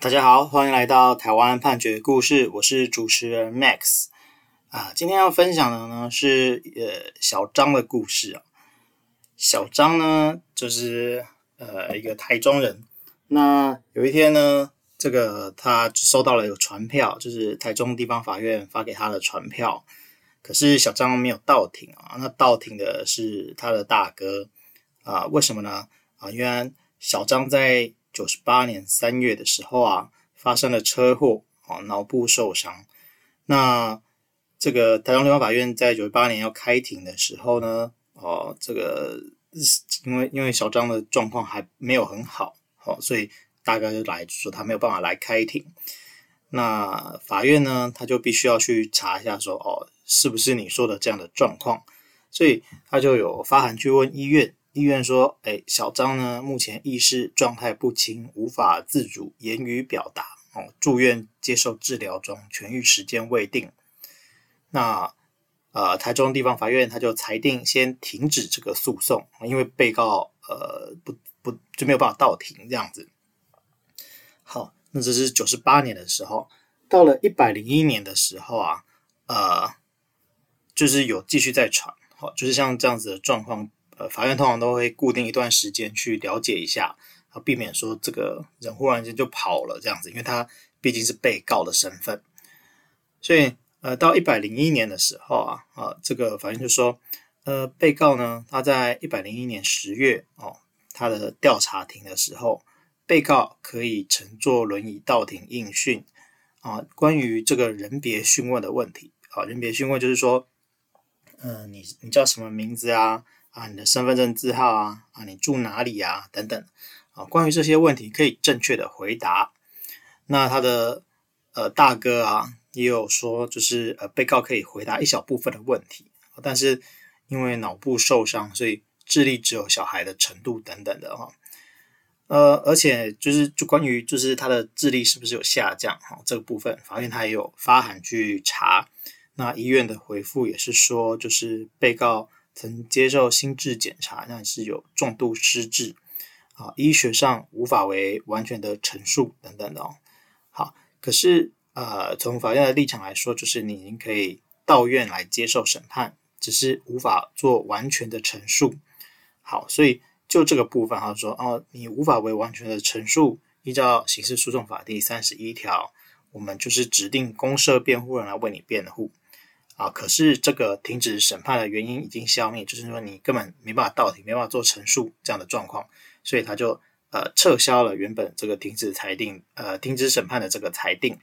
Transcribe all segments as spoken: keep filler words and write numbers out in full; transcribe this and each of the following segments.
大家好，欢迎来到台湾判决故事，我是主持人 Max 啊。今天要分享的呢是呃小张的故事啊。小张呢就是呃一个台中人，那有一天呢，这个他收到了一个传票，就是台中地方法院发给他的传票，可是小张没有到庭啊，那到庭的是他的大哥啊。为什么呢？啊，因为小张在九十八年三月的时候啊，发生了车祸，哦，脑部受伤。那这个台中地方法院在九十八年要开庭的时候呢，哦，这个因为因为小张的状况还没有很好，哦，所以大哥就来说他没有办法来开庭。那法院呢，他就必须要去查一下说，哦，是不是你说的这样的状况？所以他就有发函去问医院。医院说，哎，小张呢目前意识状态不清，无法自主言语表达，哦，住院接受治疗中，痊愈时间未定。那呃，台中地方法院他就裁定先停止这个诉讼，因为被告呃不不就没有办法到庭这样子。好，那这是九十八年的时候，到了一百零一年的时候啊，呃，就是有继续在传，好，就是像这样子的状况。呃，法院通常都会固定一段时间去了解一下，啊，避免说这个人忽然间就跑了这样子，因为他毕竟是被告的身份。所以，呃，到一百零一年的时候啊，啊，这个法院就说，呃，被告呢，他在一百零一年十月哦，他的调查庭的时候，被告可以乘坐轮椅到庭应讯啊，关于这个人别讯问的问题啊，人别讯问就是说，嗯、呃，你你叫什么名字啊？啊，你的身份证字号啊，啊，你住哪里啊，等等，啊，关于这些问题可以正确的回答。那他的呃大哥啊，也有说，就是呃被告可以回答一小部分的问题，但是因为脑部受伤，所以智力只有小孩的程度等等的哈。呃，而且就是就关于就是他的智力是不是有下降哈，这个部分法院他也有发函去查。那医院的回复也是说，就是被告曾接受心智检查，但是有重度失智啊，医学上无法为完全的陈述等等的哦。好，可是呃，从法院的立场来说，就是你已经可以到院来接受审判，只是无法做完全的陈述。好，所以就这个部分，他说哦，你无法为完全的陈述，依照刑事诉讼法第三十一条，我们就是指定公设辩护人来为你辩护。啊，可是这个停止审判的原因已经消灭，就是说你根本没办法到庭，没办法做陈述这样的状况，所以他就呃撤销了原本这个停止裁定呃停止审判的这个裁定。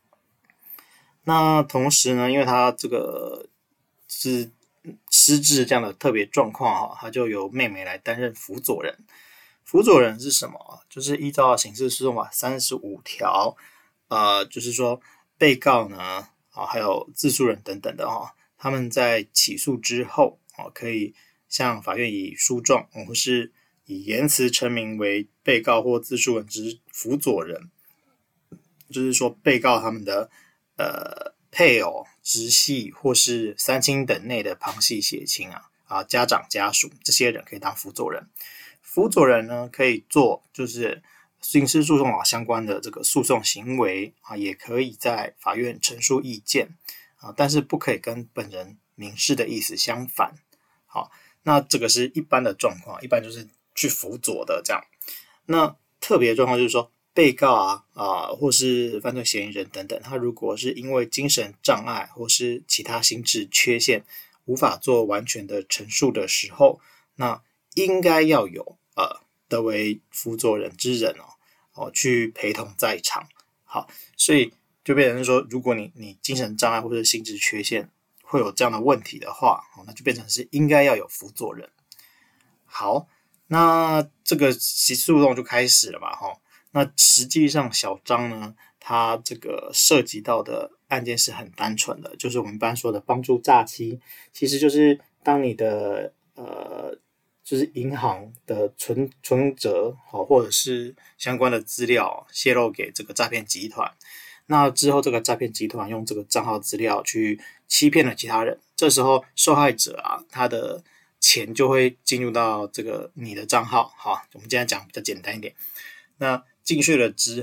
那同时呢，因为他这个是失智这样的特别状况哈，他就由妹妹来担任辅佐人。辅佐人是什么？就是依照刑事诉讼法三十五条，呃，就是说被告呢。啊，还有自诉人等等的哈，他们在起诉之后啊，可以向法院以书状或是以言辞称明为被告或自诉人之辅佐人，就是说被告他们的呃配偶、直系或是三亲等内的旁系血亲啊啊家长家属这些人可以当辅佐人。辅佐人呢可以做就是刑事诉讼法相关的这个诉讼行为啊，也可以在法院陈述意见啊，但是不可以跟本人明示的意思相反。好，那这个是一般的状况，一般就是去辅佐的这样。那特别的状况就是说，被告啊啊，或是犯罪嫌疑人等等，他如果是因为精神障碍或是其他心智缺陷，无法做完全的陈述的时候，那应该要有呃得为辅佐人之人哦。哦，去陪同在场。好，所以就变成说，如果你你精神障碍或者心智缺陷会有这样的问题的话，哦，那就变成是应该要有辅佐人。好，那这个诉讼就开始了嘛，哈。那实际上小张呢，他这个涉及到的案件是很单纯的，就是我们一般说的帮助诈欺，其实就是当你的呃。就是银行的存存折，或者是相关的资料泄露给这个诈骗集团，那之后这个诈骗集团用这个账号资料去欺骗了其他人，这时候受害者啊，他的钱就会进入到这个你的账号。好，我们今天讲比较简单一点。那进去了之后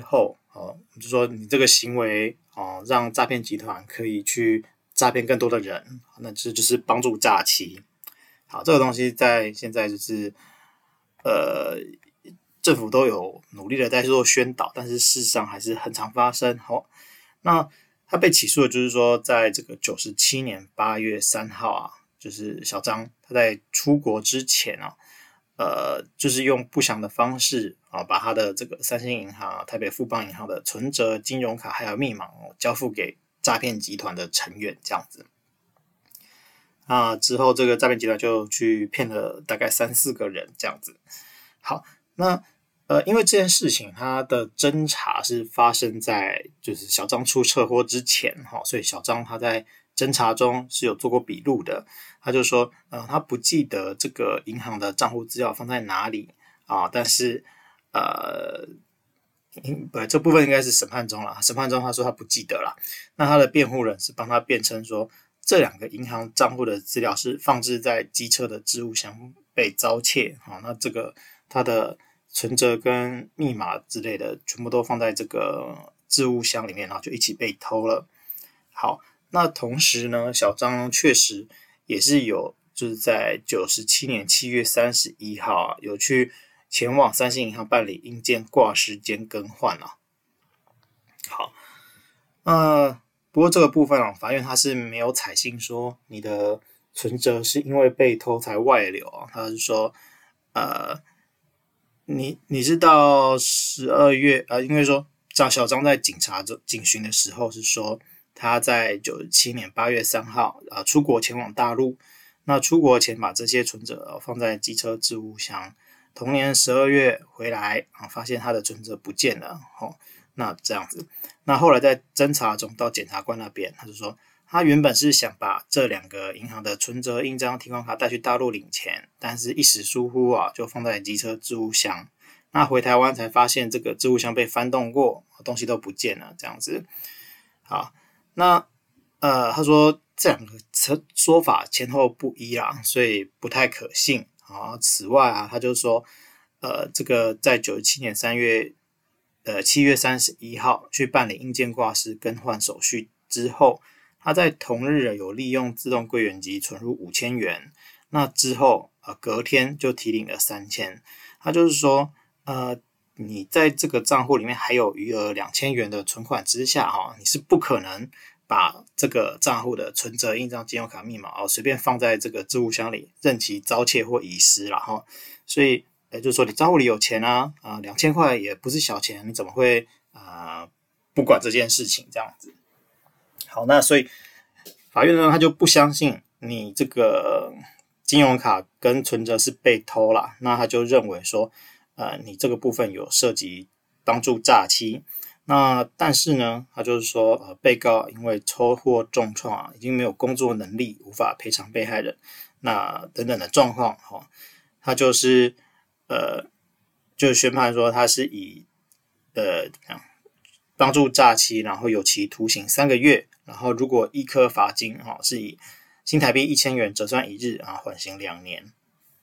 哦，就说你这个行为哦，让诈骗集团可以去诈骗更多的人，那这就是帮助诈欺。好，这个东西在现在就是呃，政府都有努力的在做宣导，但是事实上还是很常发生。好、哦，那他被起诉的就是说，在这个九十七年八月三号啊，就是小张他在出国之前啊，呃，就是用不详的方式啊，把他的这个三星银行、台北富邦银行的存折、金融卡还有密码、哦、交付给诈骗集团的成员，这样子。那之后，这个诈骗集团就去骗了大概三四个人这样子。好，那呃，因为这件事情它的侦查是发生在就是小张出车祸之前哈，所以小张他在侦查中是有做过笔录的。他就说，呃，他不记得这个银行的账户资料放在哪里啊，但是呃，呃，这部分应该是审判中了。审判中他说他不记得了，那他的辩护人是帮他辩称说，这两个银行账户的资料是放置在机车的置物箱被遭窃，好，那这个他的存折跟密码之类的全部都放在这个置物箱里面，然后就一起被偷了。好，那同时呢，小张确实也是有就是在九十七年七月三十一号啊，有去前往三星银行办理印鉴挂失兼更换啊。好，呃，不过这个部分啊，法院他是没有采信说你的存折是因为被偷才外流啊，他是说，呃，你你是到十二月呃，因为说张小张在警察警询的时候是说他在九十七年八月三号呃出国前往大陆，那出国前把这些存折放在机车置物箱，同年十二月回来啊，发现他的存折不见了，哦，那这样子，那后来在侦查中到检察官那边，他就说他原本是想把这两个银行的存折、印章、提款卡带去大陆领钱，但是一时疏忽啊，就放在机车置物箱。那回台湾才发现这个置物箱被翻动过，东西都不见了，这样子。好，那呃，他说这两个说法前后不一啦，所以不太可信。啊，此外啊，他就说，呃，这个在九十七年三月，呃七月三十一号去办理印鉴挂失更换手续之后，他在同日有利用自动柜员机存入五千元，那之后呃隔天就提领了三千。他就是说，呃，你在这个账户里面还有余额两千元的存款之下，哈，你是不可能把这个账户的存折、印章、金融卡密码哦随便放在这个置物箱里，任其遭窃或遗失了哈。所以，也就是说，你账户里有钱啊，啊，两千块也不是小钱，你怎么会啊、呃、不管这件事情这样子？好，那所以法院呢，他就不相信你这个金融卡跟存折是被偷了，那他就认为说，呃，你这个部分有涉及帮助诈欺。那但是呢，他就是说，呃，被告因为车祸重创啊，已经没有工作能力，无法赔偿被害人，那等等的状况，哈、哦，他就是呃，就宣判说他是以呃怎么样帮助诈欺，然后有期徒刑三个月，然后如果一颗罚金，哈、哦，是以新台币一千元折算一日啊，缓刑两年。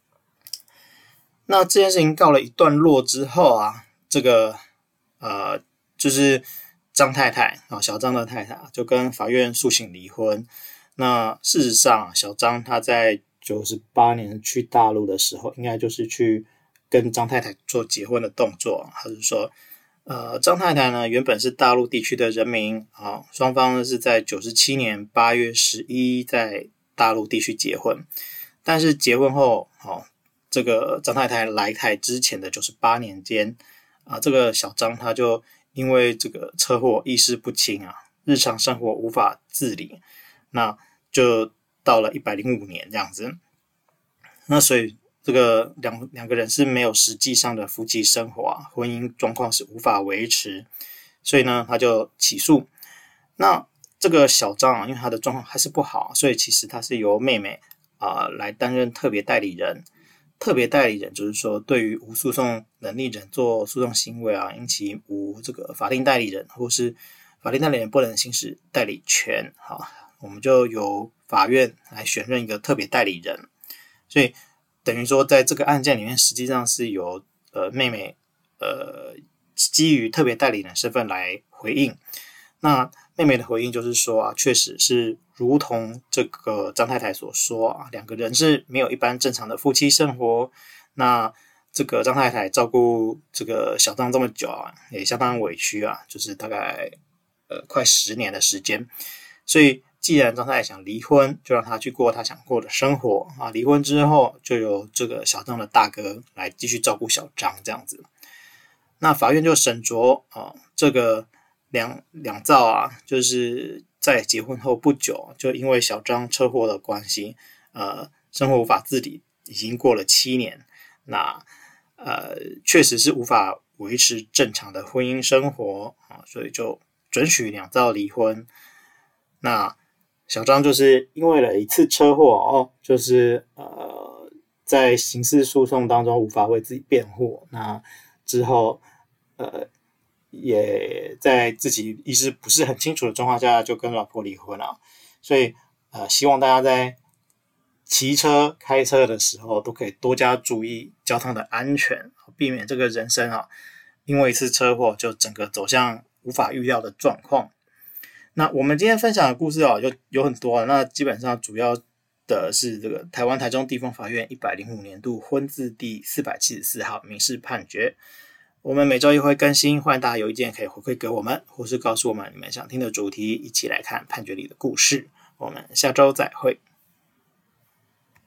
那这件事情告了一段落之后啊，这个呃。就是张太太啊，小张的太太就跟法院诉请离婚。那事实上，小张他在九十八年去大陆的时候，应该就是去跟张太太做结婚的动作。他是说，呃，张太太呢原本是大陆地区的人民啊，双方是在九十七年八月十一在大陆地区结婚，但是结婚后，哦，这个张太太来台之前的九十八年间啊，这个小张他就因为这个车祸意识不清啊，日常生活无法自理，那就到了一百零五年这样子。那所以这个两两个人是没有实际上的夫妻生活啊，婚姻状况是无法维持，所以呢，他就起诉。那这个小张啊，因为他的状况还是不好，所以其实他是由妹妹啊、呃、来担任特别代理人。特别代理人就是说，对于无诉讼能力人做诉讼行为啊，因其无这个法定代理人，或是法定代理人不能行使代理权，好，我们就由法院来选任一个特别代理人。所以等于说，在这个案件里面，实际上是由呃妹妹呃基于特别代理人身份来回应。那妹妹的回应就是说啊，确实是如同这个张太太所说啊，两个人是没有一般正常的夫妻生活。那这个张太太照顾这个小张这么久啊，也相当委屈啊，就是大概呃快十年的时间。所以既然张太太想离婚，就让她去过她想过的生活啊。离婚之后，就由这个小张的大哥来继续照顾小张这样子。那法院就审酌啊，这个两两造啊，就是在结婚后不久，就因为小张车祸的关系，呃，生活无法自理，已经过了七年。那呃，确实是无法维持正常的婚姻生活啊，所以就准许两造离婚。那小张就是因为了一次车祸哦，就是呃，在刑事诉讼当中无法为自己辩护，那之后呃，也在自己意识不是很清楚的状况下就跟老婆离婚了。所以呃，希望大家在骑车开车的时候都可以多加注意交通的安全，避免这个人生啊因为一次车祸就整个走向无法预料的状况。那我们今天分享的故事啊，有有很多啊，那基本上主要的是这个台湾台中地方法院一百零五年度婚字第四百七十四号民事判决。我们每周一会更新，欢迎大家有意见可以回馈给我们，或是告诉我们你们想听的主题，一起来看判决里的故事。我们下周再会。